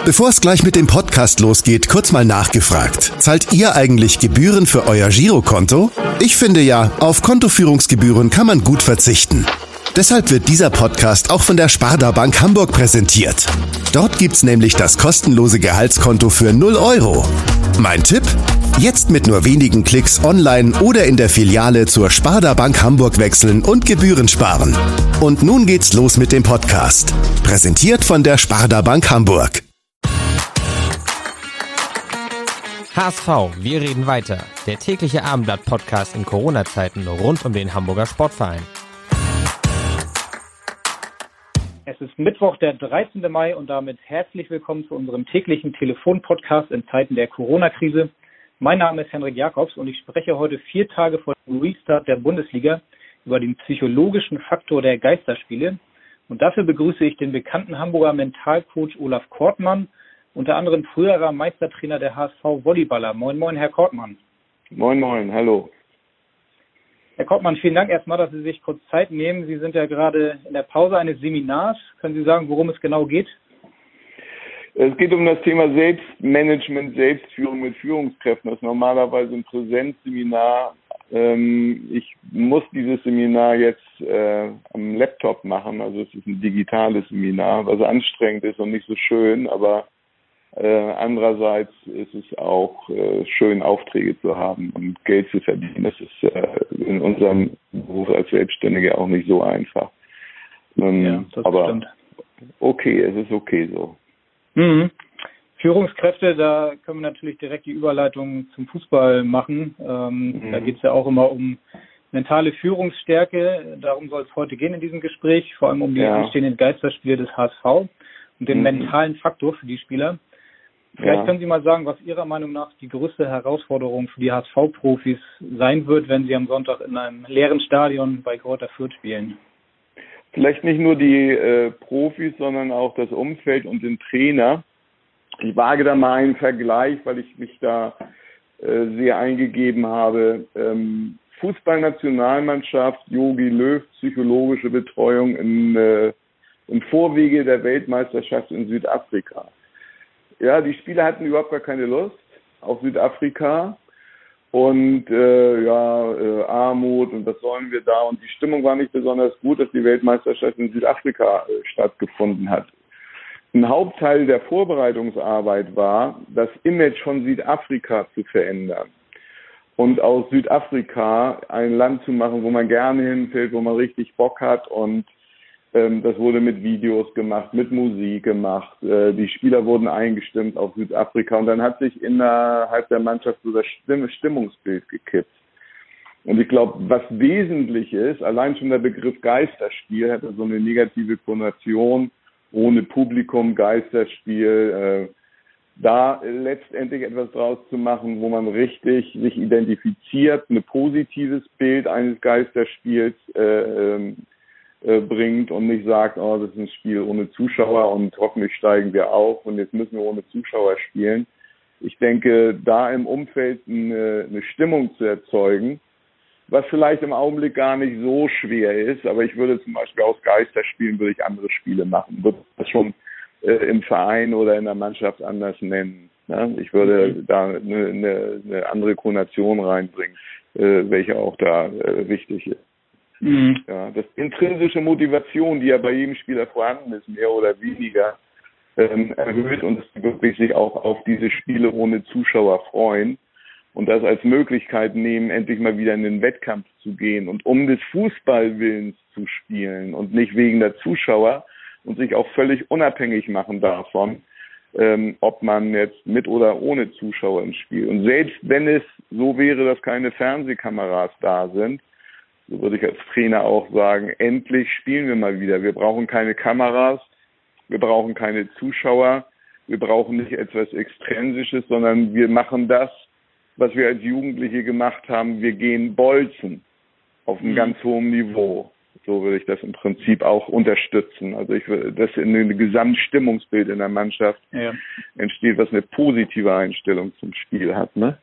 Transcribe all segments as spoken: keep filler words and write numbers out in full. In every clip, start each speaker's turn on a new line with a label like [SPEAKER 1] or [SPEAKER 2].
[SPEAKER 1] Bevor es gleich mit dem Podcast losgeht, kurz mal nachgefragt. Zahlt ihr eigentlich Gebühren für euer Girokonto? Ich finde ja, auf Kontoführungsgebühren kann man gut verzichten. Deshalb wird dieser Podcast auch von der Sparda Bank Hamburg präsentiert. Dort gibt's nämlich das kostenlose Gehaltskonto für null Euro. Mein Tipp? Jetzt mit nur wenigen Klicks online oder in der Filiale zur Sparda Bank Hamburg wechseln und Gebühren sparen. Und nun geht's los mit dem Podcast. Präsentiert von der Sparda Bank Hamburg.
[SPEAKER 2] H S V, wir reden weiter. Der tägliche Abendblatt-Podcast in Corona-Zeiten rund um den Hamburger Sportverein.
[SPEAKER 3] Es ist Mittwoch, der dreizehnte Mai und damit herzlich willkommen zu unserem täglichen Telefon-Podcast in Zeiten der Corona-Krise. Mein Name ist Henrik Jakobs und ich spreche heute vier Tage vor dem Restart der Bundesliga über den psychologischen Faktor der Geisterspiele. Und dafür begrüße ich den bekannten Hamburger Mentalcoach Olaf Kortmann, unter anderem früherer Meistertrainer der H S V-Volleyballer. Moin, moin, Herr Kortmann.
[SPEAKER 4] Moin, moin, hallo.
[SPEAKER 3] Herr Kortmann, vielen Dank erstmal, dass Sie sich kurz Zeit nehmen. Sie sind ja gerade in der Pause eines Seminars. Können Sie sagen, worum es genau geht?
[SPEAKER 4] Es geht um das Thema Selbstmanagement, Selbstführung mit Führungskräften. Das ist normalerweise ein Präsenzseminar. Ich muss dieses Seminar jetzt äh, am Laptop machen. Also es ist ein digitales Seminar, was anstrengend ist und nicht so schön, aber Äh, andererseits ist es auch äh, schön, Aufträge zu haben und Geld zu verdienen. Das ist äh, in unserem Beruf als Selbstständiger auch nicht so einfach. Ähm,
[SPEAKER 3] ja, das
[SPEAKER 4] aber
[SPEAKER 3] stimmt.
[SPEAKER 4] Okay, es ist okay so.
[SPEAKER 3] Mhm. Führungskräfte, da können wir natürlich direkt die Überleitung zum Fußball machen. Ähm, mhm. Da geht es ja auch immer um mentale Führungsstärke. Darum soll es heute gehen in diesem Gespräch, vor allem um die ja. anstehenden Geisterspiele des H S V und den mhm. mentalen Faktor für die Spieler. Vielleicht ja. können Sie mal sagen, was Ihrer Meinung nach die größte Herausforderung für die H S V-Profis sein wird, wenn sie am Sonntag in einem leeren Stadion bei Greuther Fürth spielen.
[SPEAKER 4] Vielleicht nicht nur die äh, Profis, sondern auch das Umfeld und den Trainer. Ich wage da mal einen Vergleich, weil ich mich da äh, sehr eingegeben habe. Ähm, Fußballnationalmannschaft, Jogi Löw, psychologische Betreuung in, äh, im Vorwege der Weltmeisterschaft in Südafrika. Ja, die Spieler hatten überhaupt gar keine Lust auf Südafrika und äh, ja, äh, Armut und was sollen wir da, und die Stimmung war nicht besonders gut, dass die Weltmeisterschaft in Südafrika äh, stattgefunden hat. Ein Hauptteil der Vorbereitungsarbeit war, das Image von Südafrika zu verändern und aus Südafrika ein Land zu machen, wo man gerne hinfällt, wo man richtig Bock hat, und das wurde mit Videos gemacht, mit Musik gemacht. Die Spieler wurden eingestimmt auf Südafrika und dann hat sich innerhalb der Mannschaft so das Stimmungsbild gekippt. Und ich glaube, was wesentlich ist, allein schon der Begriff Geisterspiel hat so eine negative Konnotation, ohne Publikum, Geisterspiel, da letztendlich etwas draus zu machen, wo man richtig sich identifiziert, ein positives Bild eines Geisterspiels äh, bringt und nicht sagt, oh, das ist ein Spiel ohne Zuschauer und hoffentlich steigen wir auf und jetzt müssen wir ohne Zuschauer spielen. Ich denke, da im Umfeld eine, eine Stimmung zu erzeugen, was vielleicht im Augenblick gar nicht so schwer ist, aber ich würde zum Beispiel aus Geisterspielen würde ich andere Spiele machen, würde das schon äh, im Verein oder in der Mannschaft anders nennen. Ne? Ich würde mhm. da eine, eine, eine andere Konnotation reinbringen, äh, welche auch da äh, wichtig ist. Mhm. Ja, das intrinsische Motivation, die ja bei jedem Spieler vorhanden ist, mehr oder weniger, ähm, erhöht und es wirklich sich auch auf diese Spiele ohne Zuschauer freuen und das als Möglichkeit nehmen, endlich mal wieder in den Wettkampf zu gehen und um des Fußballwillens zu spielen und nicht wegen der Zuschauer, und sich auch völlig unabhängig machen davon, ähm, ob man jetzt mit oder ohne Zuschauer ins Spiel. Und selbst wenn es so wäre, dass keine Fernsehkameras da sind, so würde ich als Trainer auch sagen, endlich spielen wir mal wieder. Wir brauchen keine Kameras, wir brauchen keine Zuschauer, wir brauchen nicht etwas Extrinsisches, sondern wir machen das, was wir als Jugendliche gemacht haben. Wir gehen bolzen auf einem mhm. ganz hohen Niveau. So würde ich das im Prinzip auch unterstützen. Also ich würde, dass in einem Gesamtstimmungsbild in der Mannschaft ja. entsteht, was eine positive Einstellung zum Spiel hat, ne?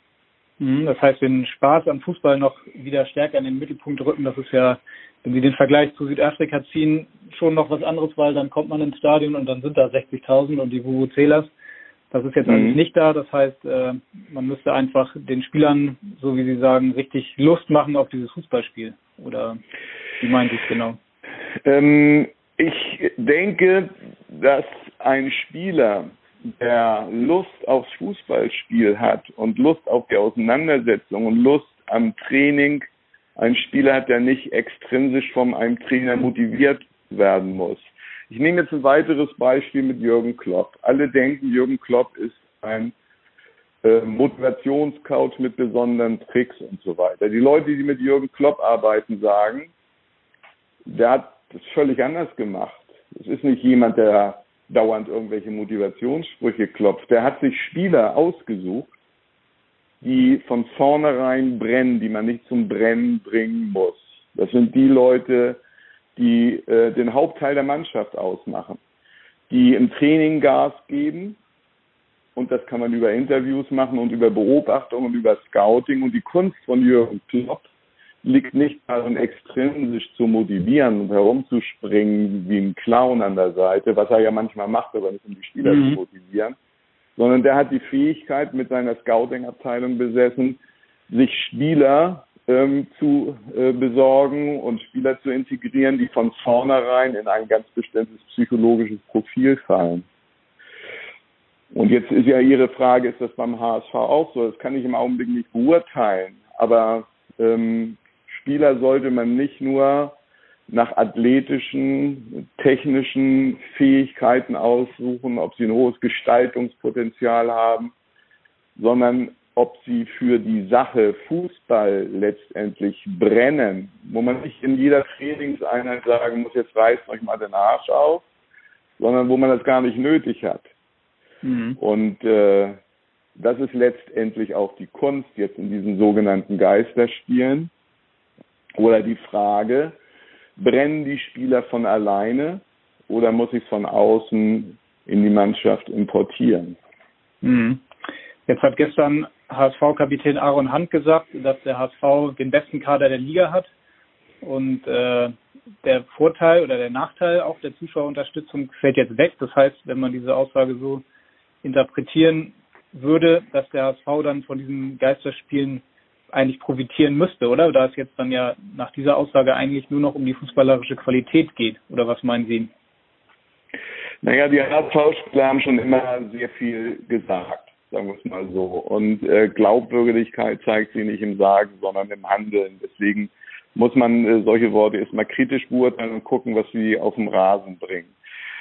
[SPEAKER 3] Das heißt, den Spaß am Fußball noch wieder stärker in den Mittelpunkt rücken, das ist ja, wenn Sie den Vergleich zu Südafrika ziehen, schon noch was anderes, weil dann kommt man ins Stadion und dann sind da sechzigtausend und die Vuvuzelas. Das ist jetzt mhm. eigentlich nicht da. Das heißt, äh, man müsste einfach den Spielern, so wie Sie sagen, richtig Lust machen auf dieses Fußballspiel. Oder wie meinen Sie es genau?
[SPEAKER 4] Ähm, ich denke, dass ein Spieler, der Lust aufs Fußballspiel hat und Lust auf die Auseinandersetzung und Lust am Training, ein Spieler hat, der nicht extrinsisch von einem Trainer motiviert werden muss. Ich nehme jetzt ein weiteres Beispiel mit Jürgen Klopp. Alle denken, Jürgen Klopp ist ein äh, Motivationscoach mit besonderen Tricks und so weiter. Die Leute, die mit Jürgen Klopp arbeiten, sagen, der hat das völlig anders gemacht. Es ist nicht jemand, der dauernd irgendwelche Motivationssprüche klopft. Der hat sich Spieler ausgesucht, die von vornherein brennen, die man nicht zum Brennen bringen muss. Das sind die Leute, die äh, den Hauptteil der Mannschaft ausmachen, die im Training Gas geben, und das kann man über Interviews machen und über Beobachtung und über Scouting, und die Kunst von Jürgen Klopp liegt nicht darin, extrinsisch zu motivieren und herumzuspringen wie ein Clown an der Seite, was er ja manchmal macht, aber nicht um die Spieler mhm. zu motivieren, sondern der hat die Fähigkeit mit seiner Scouting-Abteilung besessen, sich Spieler ähm, zu äh, besorgen und Spieler zu integrieren, die von vornherein in ein ganz bestimmtes psychologisches Profil fallen. Und jetzt ist ja Ihre Frage, ist das beim H S V auch so? Das kann ich im Augenblick nicht beurteilen, aber ähm, Spieler sollte man nicht nur nach athletischen, technischen Fähigkeiten aussuchen, ob sie ein hohes Gestaltungspotenzial haben, sondern ob sie für die Sache Fußball letztendlich brennen, wo man nicht in jeder Trainingseinheit sagen muss, jetzt reißt euch mal den Arsch auf, sondern wo man das gar nicht nötig hat. Mhm. Und äh, das ist letztendlich auch die Kunst jetzt in diesen sogenannten Geisterspielen. Oder die Frage, brennen die Spieler von alleine oder muss ich von außen in die Mannschaft importieren?
[SPEAKER 3] Mhm. Jetzt hat gestern H S V-Kapitän Aaron Hunt gesagt, dass der H S V den besten Kader der Liga hat. Und äh, der Vorteil oder der Nachteil auch der Zuschauerunterstützung fällt jetzt weg. Das heißt, wenn man diese Aussage so interpretieren würde, dass der H S V dann von diesen Geisterspielen eigentlich profitieren müsste, oder? Da es jetzt dann ja nach dieser Aussage eigentlich nur noch um die fußballerische Qualität geht. Oder was meinen Sie?
[SPEAKER 4] Naja, die H S V-Spieler haben schon immer sehr viel gesagt, sagen wir es mal so. Und äh, Glaubwürdigkeit zeigt sie nicht im Sagen, sondern im Handeln. Deswegen muss man äh, solche Worte erstmal kritisch beurteilen und gucken, was sie auf dem Rasen bringen.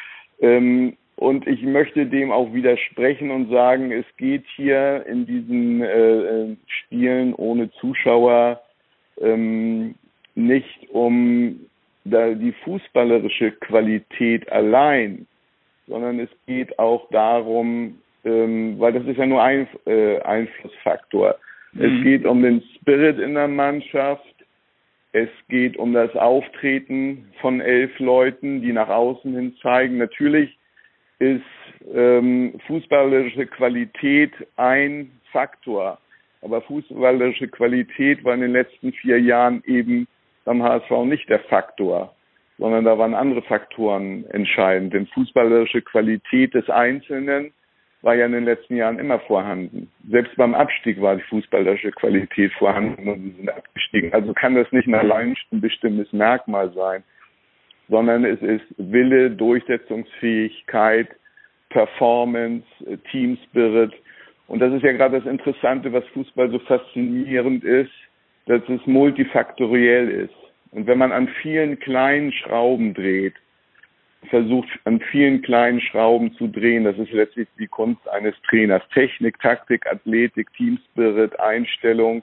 [SPEAKER 4] Ähm, Und ich möchte dem auch widersprechen und sagen, es geht hier in diesen äh, Spielen ohne Zuschauer ähm, nicht um da die fußballerische Qualität allein, sondern es geht auch darum, ähm, weil das ist ja nur ein äh, Einflussfaktor. Mhm. Es geht um den Spirit in der Mannschaft. Es geht um das Auftreten von elf Leuten, die nach außen hin zeigen. Natürlich ist ähm, fußballerische Qualität ein Faktor. Aber fußballerische Qualität war in den letzten vier Jahren eben beim H S V nicht der Faktor, sondern da waren andere Faktoren entscheidend. Denn fußballerische Qualität des Einzelnen war ja in den letzten Jahren immer vorhanden. Selbst beim Abstieg war die fußballerische Qualität vorhanden und sie sind abgestiegen. Also kann das nicht ein allein ein bestimmtes Merkmal sein, sondern es ist Wille, Durchsetzungsfähigkeit, Performance, Teamspirit. Und das ist ja gerade das Interessante, was Fußball so faszinierend ist, dass es multifaktoriell ist. Und wenn man an vielen kleinen Schrauben dreht, versucht an vielen kleinen Schrauben zu drehen, das ist letztlich die Kunst eines Trainers. Technik, Taktik, Athletik, Teamspirit, Einstellung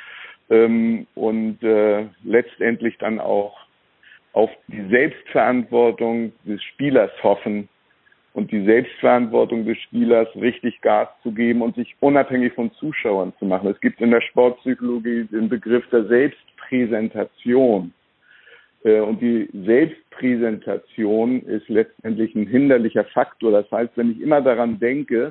[SPEAKER 4] ähm, und äh, letztendlich dann auch auf die Selbstverantwortung des Spielers hoffen und die Selbstverantwortung des Spielers richtig Gas zu geben und sich unabhängig von Zuschauern zu machen. Es gibt in der Sportpsychologie den Begriff der Selbstpräsentation. Und die Selbstpräsentation ist letztendlich ein hinderlicher Faktor. Das heißt, wenn ich immer daran denke,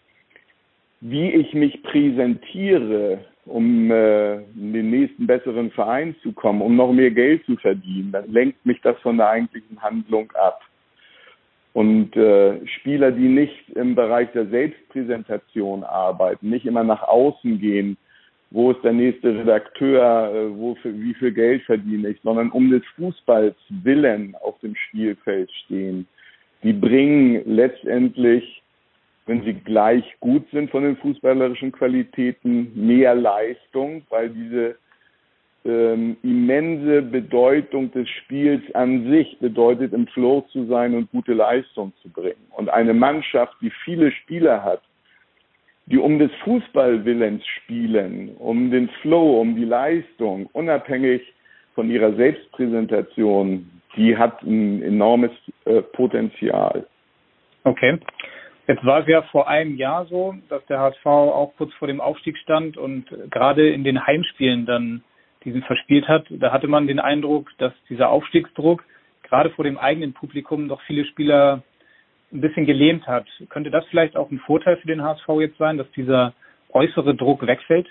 [SPEAKER 4] wie ich mich präsentiere, um äh, in den nächsten besseren Verein zu kommen, um noch mehr Geld zu verdienen, dann lenkt mich das von der eigentlichen Handlung ab. Und äh, Spieler, die nicht im Bereich der Selbstpräsentation arbeiten, nicht immer nach außen gehen, wo ist der nächste Redakteur, äh, wo für, wie viel Geld verdiene ich, sondern um des Fußballs willen auf dem Spielfeld stehen, die bringen letztendlich, wenn sie gleich gut sind von den fußballerischen Qualitäten, mehr Leistung, weil diese ähm, immense Bedeutung des Spiels an sich bedeutet, im Flow zu sein und gute Leistung zu bringen. Und eine Mannschaft, die viele Spieler hat, die um des Fußballwillens spielen, um den Flow, um die Leistung, unabhängig von ihrer Selbstpräsentation, die hat ein enormes äh, Potenzial.
[SPEAKER 3] Okay. Jetzt war es ja vor einem Jahr so, dass der H S V auch kurz vor dem Aufstieg stand und gerade in den Heimspielen dann diesen verspielt hat. Da hatte man den Eindruck, dass dieser Aufstiegsdruck gerade vor dem eigenen Publikum doch viele Spieler ein bisschen gelähmt hat. Könnte das vielleicht auch ein Vorteil für den H S V jetzt sein, dass dieser äußere Druck wegfällt?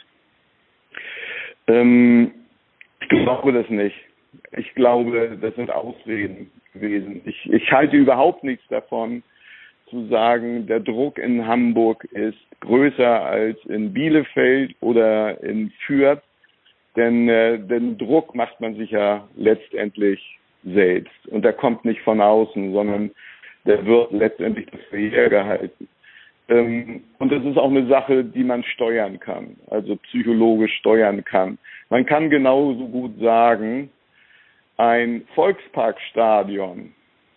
[SPEAKER 4] Ähm, ich glaube das nicht. Ich glaube, das sind Ausreden gewesen. Ich, ich halte überhaupt nichts davon, zu sagen, der Druck in Hamburg ist größer als in Bielefeld oder in Fürth, denn äh, den Druck macht man sich ja letztendlich selbst und der kommt nicht von außen, sondern der wird letztendlich hergehalten. Ähm, und das ist auch eine Sache, die man steuern kann, also psychologisch steuern kann. Man kann genauso gut sagen, ein Volksparkstadion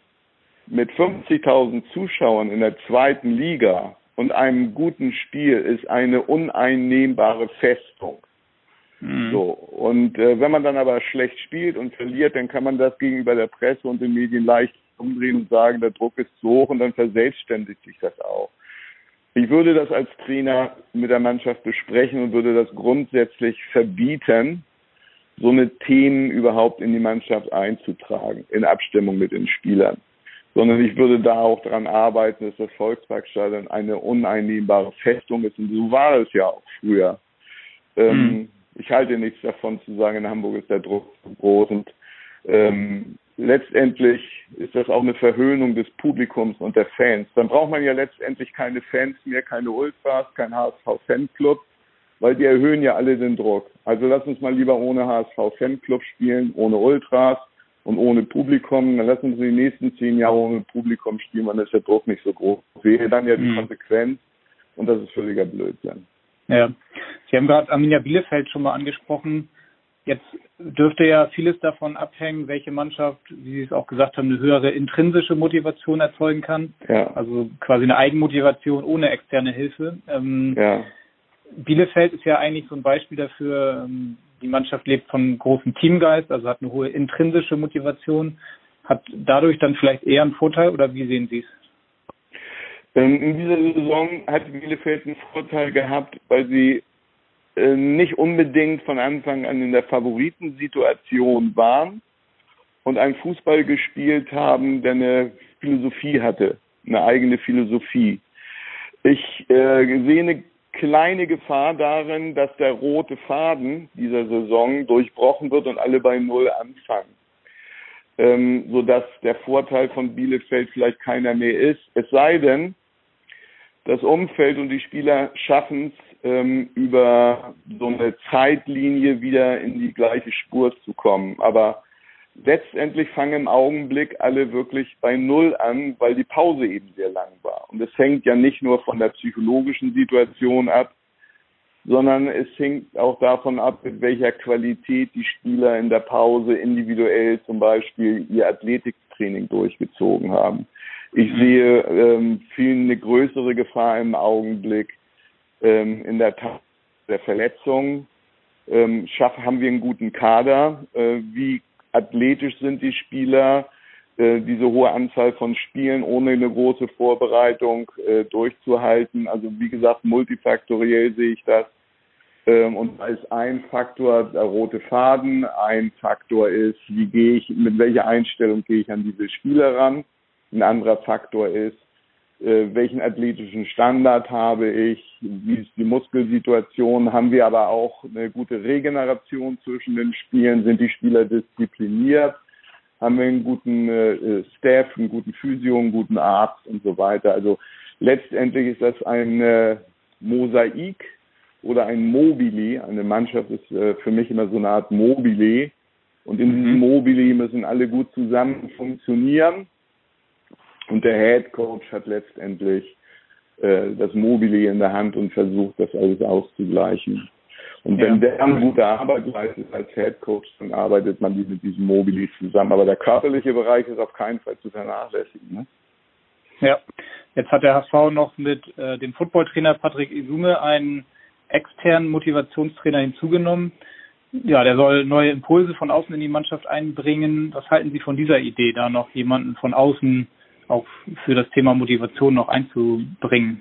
[SPEAKER 4] mit fünfzigtausend Zuschauern in der zweiten Liga und einem guten Spiel ist eine uneinnehmbare Festung. Mhm. So. Und äh, wenn man dann aber schlecht spielt und verliert, dann kann man das gegenüber der Presse und den Medien leicht umdrehen und sagen, der Druck ist zu hoch und dann verselbstständigt sich das auch. Ich würde das als Trainer mit der Mannschaft besprechen und würde das grundsätzlich verbieten, so eine Themen überhaupt in die Mannschaft einzutragen, in Abstimmung mit den Spielern. Sondern ich würde da auch daran arbeiten, dass das Volksparkstadion eine uneinnehmbare Festung ist. Und so war es ja auch früher. Ähm, mhm. Ich halte nichts davon zu sagen, in Hamburg ist der Druck zu groß. Und ähm, letztendlich ist das auch eine Verhöhnung des Publikums und der Fans. Dann braucht man ja letztendlich keine Fans mehr, keine Ultras, kein H S V-Fanclub, weil die erhöhen ja alle den Druck. Also lass uns mal lieber ohne H S V-Fanclub spielen, ohne Ultras und ohne Publikum. Dann lassen Sie die nächsten zehn Jahre ohne Publikum spielen, dann ist der Druck nicht so groß. Wäre dann ja die mhm. Konsequenz und das ist völliger Blödsinn.
[SPEAKER 3] Ja, Sie haben gerade Arminia Bielefeld schon mal angesprochen. Jetzt dürfte ja vieles davon abhängen, welche Mannschaft, wie Sie es auch gesagt haben, eine höhere intrinsische Motivation erzeugen kann. Ja. Also quasi eine Eigenmotivation ohne externe Hilfe. Ähm, ja. Bielefeld ist ja eigentlich so ein Beispiel dafür, die Mannschaft lebt von großem Teamgeist, also hat eine hohe intrinsische Motivation, hat dadurch dann vielleicht eher einen Vorteil oder wie sehen Sie es?
[SPEAKER 4] In dieser Saison hat Bielefeld einen Vorteil gehabt, weil sie nicht unbedingt von Anfang an in der Favoritensituation waren und einen Fußball gespielt haben, der eine Philosophie hatte, eine eigene Philosophie. Ich äh, sehe eine kleine Gefahr darin, dass der rote Faden dieser Saison durchbrochen wird und alle bei Null anfangen, ähm, sodass der Vorteil von Bielefeld vielleicht keiner mehr ist. Es sei denn, das Umfeld und die Spieler schaffen es, ähm, über so eine Zeitlinie wieder in die gleiche Spur zu kommen. Aber letztendlich fangen im Augenblick alle wirklich bei Null an, weil die Pause eben sehr lang war. Und es hängt ja nicht nur von der psychologischen Situation ab, sondern es hängt auch davon ab, mit welcher Qualität die Spieler in der Pause individuell zum Beispiel ihr Athletiktraining durchgezogen haben. Ich sehe ähm, viel eine größere Gefahr im Augenblick ähm, in der Tat der Verletzung. Ähm, schaffen, haben wir einen guten Kader? Äh, wie athletisch sind die Spieler? Äh, diese hohe Anzahl von Spielen ohne eine große Vorbereitung äh, durchzuhalten. Also wie gesagt, multifaktoriell sehe ich das. Ähm, und da ist ein Faktor der rote Faden. Ein Faktor ist, wie gehe ich, mit welcher Einstellung gehe ich an diese Spieler ran? Ein anderer Faktor ist, äh, welchen athletischen Standard habe ich, wie ist die Muskelsituation, haben wir aber auch eine gute Regeneration zwischen den Spielen, sind die Spieler diszipliniert, haben wir einen guten äh, Staff, einen guten Physio, einen guten Arzt und so weiter. Also letztendlich ist das ein äh, Mosaik oder ein Mobili. Eine Mannschaft ist äh, für mich immer so eine Art Mobile. Und in diesem Mobili müssen alle gut zusammen funktionieren. Und der Head Coach hat letztendlich äh, das Mobili in der Hand und versucht, das alles auszugleichen. Und wenn ja. der eine gute Arbeit leistet als Head Coach, dann arbeitet man mit diesem Mobili zusammen. Aber der körperliche Bereich ist auf keinen Fall zu vernachlässigen. Ne?
[SPEAKER 3] Ja, jetzt hat der H S V noch mit äh, dem Footballtrainer Patrick Isume einen externen Motivationstrainer hinzugenommen. Ja, der soll neue Impulse von außen in die Mannschaft einbringen. Was halten Sie von dieser Idee, da noch jemanden von außen auch für das Thema Motivation noch einzubringen?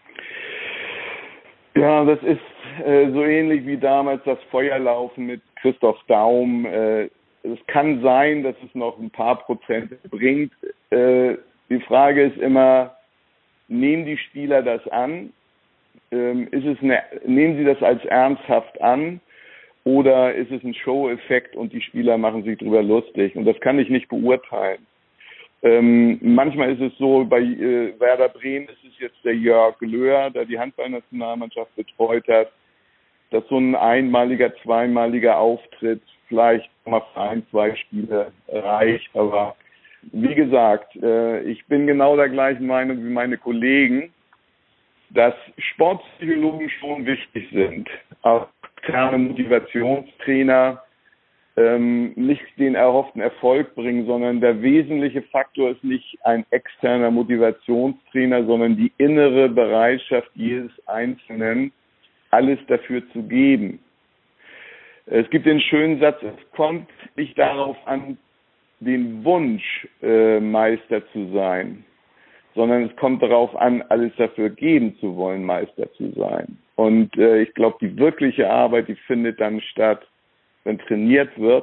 [SPEAKER 4] Ja, das ist äh, so ähnlich wie damals das Feuerlaufen mit Christoph Daum. Äh, es kann sein, dass es noch ein paar Prozent bringt. Äh, die Frage ist immer, nehmen die Spieler das an? Ähm, ist es eine, nehmen sie das als ernsthaft an? Oder ist es ein Show-Effekt und die Spieler machen sich drüber lustig? Und das kann ich nicht beurteilen. Ähm, manchmal ist es so, bei äh, Werder Bremen ist es jetzt der Jörg Löhr, der die Handballnationalmannschaft betreut hat, dass so ein einmaliger, zweimaliger Auftritt vielleicht mal für ein, zwei Spiele reicht. Aber wie gesagt, äh, ich bin genau der gleichen Meinung wie meine Kollegen, dass Sportpsychologen schon wichtig sind. Auch externe Motivationstrainer ähm, nicht den erhofften Erfolg bringen, sondern der wesentliche Faktor ist nicht ein externer Motivationstrainer, sondern die innere Bereitschaft jedes Einzelnen, alles dafür zu geben. Es gibt den schönen Satz, es kommt nicht darauf an, den Wunsch, äh, Meister zu sein, sondern es kommt darauf an, alles dafür geben zu wollen, Meister zu sein. Und äh, ich glaube, die wirkliche Arbeit, die findet dann statt, wenn trainiert wird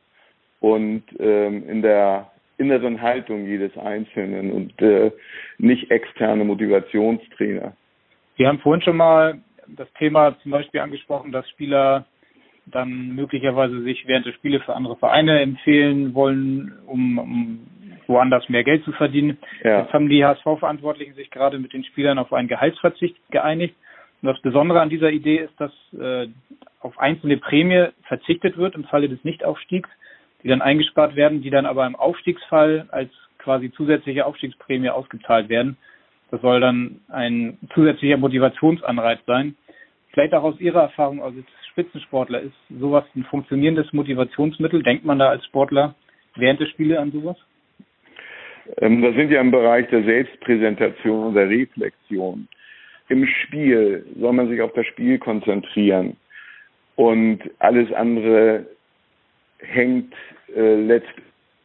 [SPEAKER 4] und ähm, in der inneren Haltung jedes Einzelnen und äh, nicht externe Motivationstrainer.
[SPEAKER 3] Wir haben vorhin schon mal das Thema zum Beispiel angesprochen, dass Spieler dann möglicherweise sich während der Spiele für andere Vereine empfehlen wollen, um, um woanders mehr Geld zu verdienen. Ja. Jetzt haben die H S V-Verantwortlichen sich gerade mit den Spielern auf einen Gehaltsverzicht geeinigt. Und das Besondere an dieser Idee ist, dass äh, auf einzelne Prämie verzichtet wird im Falle des Nichtaufstiegs, die dann eingespart werden, die dann aber im Aufstiegsfall als quasi zusätzliche Aufstiegsprämie ausgezahlt werden. Das soll dann ein zusätzlicher Motivationsanreiz sein. Vielleicht auch aus Ihrer Erfahrung als Spitzensportler, ist sowas ein funktionierendes Motivationsmittel? Denkt man da als Sportler während der Spiele an sowas?
[SPEAKER 4] Ähm, das sind ja im Bereich der Selbstpräsentation und der Reflexion. Im Spiel soll man sich auf das Spiel konzentrieren und alles andere hängt äh, letztlich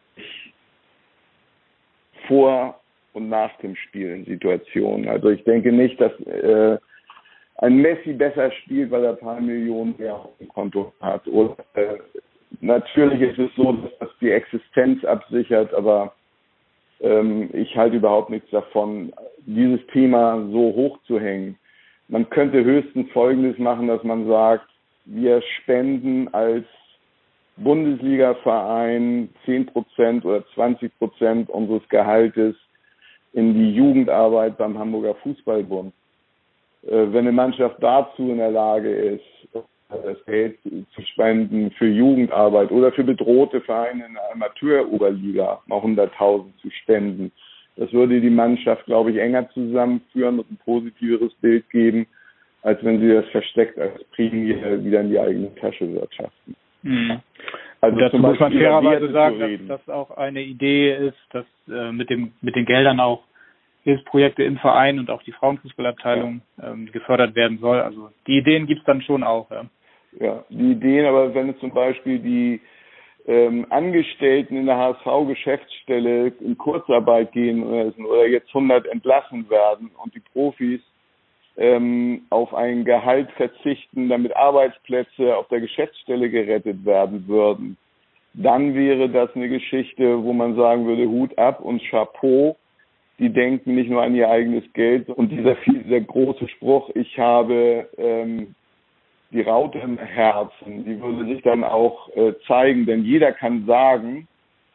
[SPEAKER 4] vor und nach dem Spiel in Situationen. Also ich denke nicht, dass äh, ein Messi besser spielt, weil er ein paar Millionen mehr auf dem Konto hat. Oder äh, natürlich ist es so, dass das die Existenz absichert, aber ähm, ich halte überhaupt nichts davon, dieses Thema so hoch zu hängen. Man könnte höchstens Folgendes machen, dass man sagt, wir spenden als Bundesliga-Verein zehn Prozent oder zwanzig Prozent unseres Gehaltes in die Jugendarbeit beim Hamburger Fußballbund. Wenn eine Mannschaft dazu in der Lage ist, das Geld zu spenden für Jugendarbeit oder für bedrohte Vereine in der Amateur-Oberliga mal hunderttausend zu spenden, das würde die Mannschaft, glaube ich, enger zusammenführen und ein positiveres Bild geben, als wenn sie das versteckt als Prämie wieder in die eigene Tasche wirtschaften.
[SPEAKER 3] Mhm. Also dazu muss man fairerweise sagen, dass das auch eine Idee ist, dass äh, mit dem mit den Geldern auch Hilfsprojekte im Verein und auch die Frauenfußballabteilung ähm, gefördert werden soll. Also die Ideen gibt es dann schon auch. Ja.
[SPEAKER 4] ja, die Ideen, aber wenn es zum Beispiel die ähm, Angestellten in der H S V-Geschäftsstelle in Kurzarbeit gehen oder jetzt hundert entlassen werden und die Profis ähm, auf ein Gehalt verzichten, damit Arbeitsplätze auf der Geschäftsstelle gerettet werden würden, dann wäre das eine Geschichte, wo man sagen würde, Hut ab und Chapeau. Die denken nicht nur an ihr eigenes Geld. Und dieser, dieser große Spruch, ich habe ähm, die Raute im Herzen, die würde sich dann auch äh, zeigen. Denn jeder kann sagen,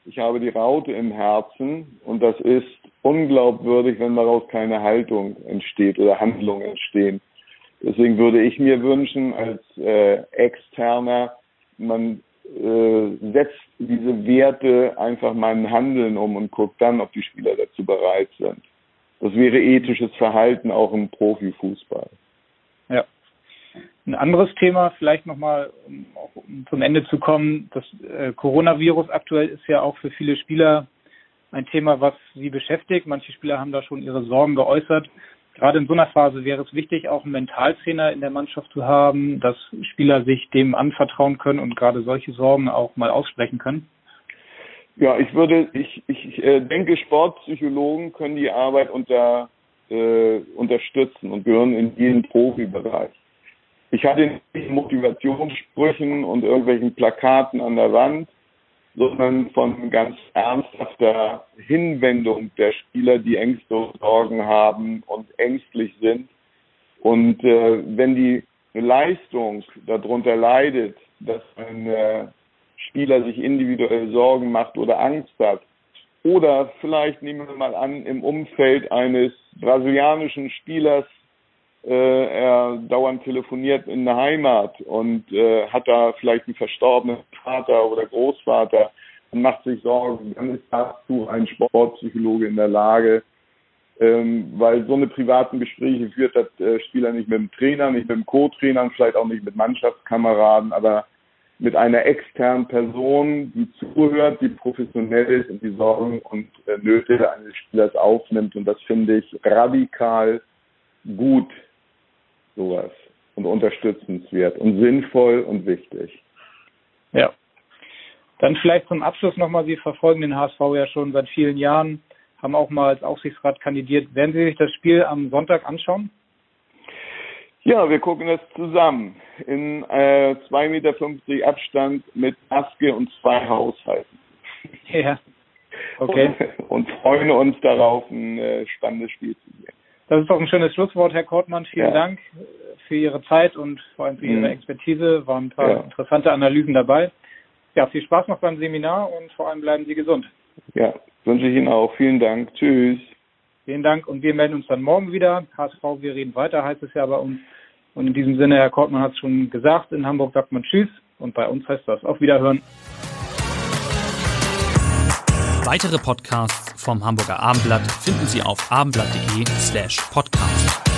[SPEAKER 4] ich habe die Raute im Herzen und das ist unglaubwürdig, wenn daraus keine Haltung entsteht oder Handlung entstehen. Deswegen würde ich mir wünschen, als äh, Externer, man äh, setzt diese Werte einfach mal in Handeln um und guckt dann, ob die Spieler dazu bereit sind. Das wäre ethisches Verhalten auch im Profifußball.
[SPEAKER 3] Ja. Ein anderes Thema, vielleicht nochmal, um, um zum Ende zu kommen, das äh, Coronavirus aktuell ist ja auch für viele Spieler ein Thema, was sie beschäftigt. Manche Spieler haben da schon ihre Sorgen geäußert. Gerade in so einer Phase wäre es wichtig, auch einen Mentaltrainer in der Mannschaft zu haben, dass Spieler sich dem anvertrauen können und gerade solche Sorgen auch mal aussprechen können.
[SPEAKER 4] Ja, ich würde, ich, ich äh, denke, Sportpsychologen können die Arbeit unter, äh, unterstützen und gehören in jeden Profibereich. Ich hatte nicht Motivationssprüchen und irgendwelchen Plakaten an der Wand, sondern von ganz ernsthafter Hinwendung der Spieler, die Ängste und Sorgen haben und ängstlich sind. Und äh, wenn die Leistung darunter leidet, dass ein äh, Spieler sich individuell Sorgen macht oder Angst hat, oder vielleicht, nehmen wir mal an, im Umfeld eines brasilianischen Spielers, äh, er dauernd telefoniert in der Heimat und äh, hat da vielleicht einen verstorbenen Vater oder Großvater und macht sich Sorgen, dann ist dazu ein Sportpsychologe in der Lage, ähm, weil so eine privaten Gespräche führt der äh, Spieler nicht mit dem Trainer, nicht mit dem Co-Trainer, vielleicht auch nicht mit Mannschaftskameraden, aber mit einer externen Person, die zuhört, die professionell ist und die Sorgen und äh, Nöte eines Spielers aufnimmt. Und das finde ich radikal gut, sowas, und unterstützenswert und sinnvoll und wichtig.
[SPEAKER 3] Ja. Dann vielleicht zum Abschluss nochmal, Sie verfolgen den H S V ja schon seit vielen Jahren, haben auch mal als Aufsichtsrat kandidiert. Werden Sie sich das Spiel am Sonntag anschauen?
[SPEAKER 4] Ja, wir gucken das zusammen in äh, zwei Meter fünfzig Abstand mit Maske und zwei Haushalten.
[SPEAKER 3] Ja, okay.
[SPEAKER 4] Und, und freuen uns darauf, ein äh, spannendes Spiel zu sehen.
[SPEAKER 3] Das ist doch ein schönes Schlusswort, Herr Kortmann. Vielen
[SPEAKER 4] ja.
[SPEAKER 3] Dank für Ihre Zeit und vor allem für Ihre mhm. Expertise. Waren ein paar
[SPEAKER 4] ja.
[SPEAKER 3] interessante Analysen dabei. Ja, viel Spaß noch beim Seminar und vor allem bleiben Sie gesund.
[SPEAKER 4] Ja, wünsche ich Ihnen auch. Vielen Dank. Tschüss.
[SPEAKER 3] Vielen Dank und wir melden uns dann morgen wieder. H S V, wir reden weiter, heißt es ja bei uns. Und in diesem Sinne, Herr Kortmann hat es schon gesagt, in Hamburg sagt man Tschüss und bei uns heißt das auf Wiederhören.
[SPEAKER 5] Weitere Podcasts vom Hamburger Abendblatt finden Sie auf abendblatt.de slash podcast.